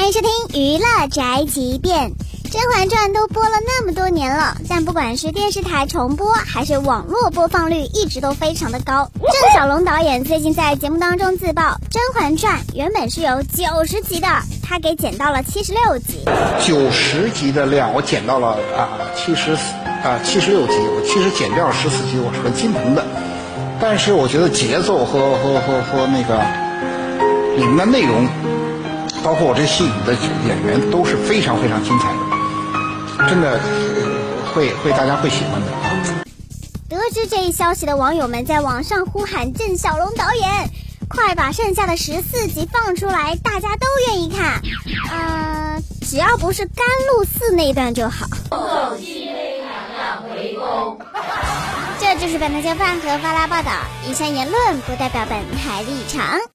欢迎收听娱乐宅急便。《甄嬛传》都播了那么多年了，但不管是电视台重播还是网络播放率一直都非常的高。郑晓龙导演最近在节目当中自曝，《甄嬛传》原本是有90集的，他给剪到了76集。 90集的量我剪到了76集，我其实剪掉了14集，我是很心疼的。但是我觉得节奏和那个里面的内容，包括我这戏里的演员都是非常非常精彩的，真的会大家会喜欢的。 得知这一消息的网友们在网上呼喊郑晓龙导演，快把剩下的14集放出来，大家都愿意看。只要不是甘露寺那一段就好。这就是本台饭和发拉报道，以上言论不代表本台立场。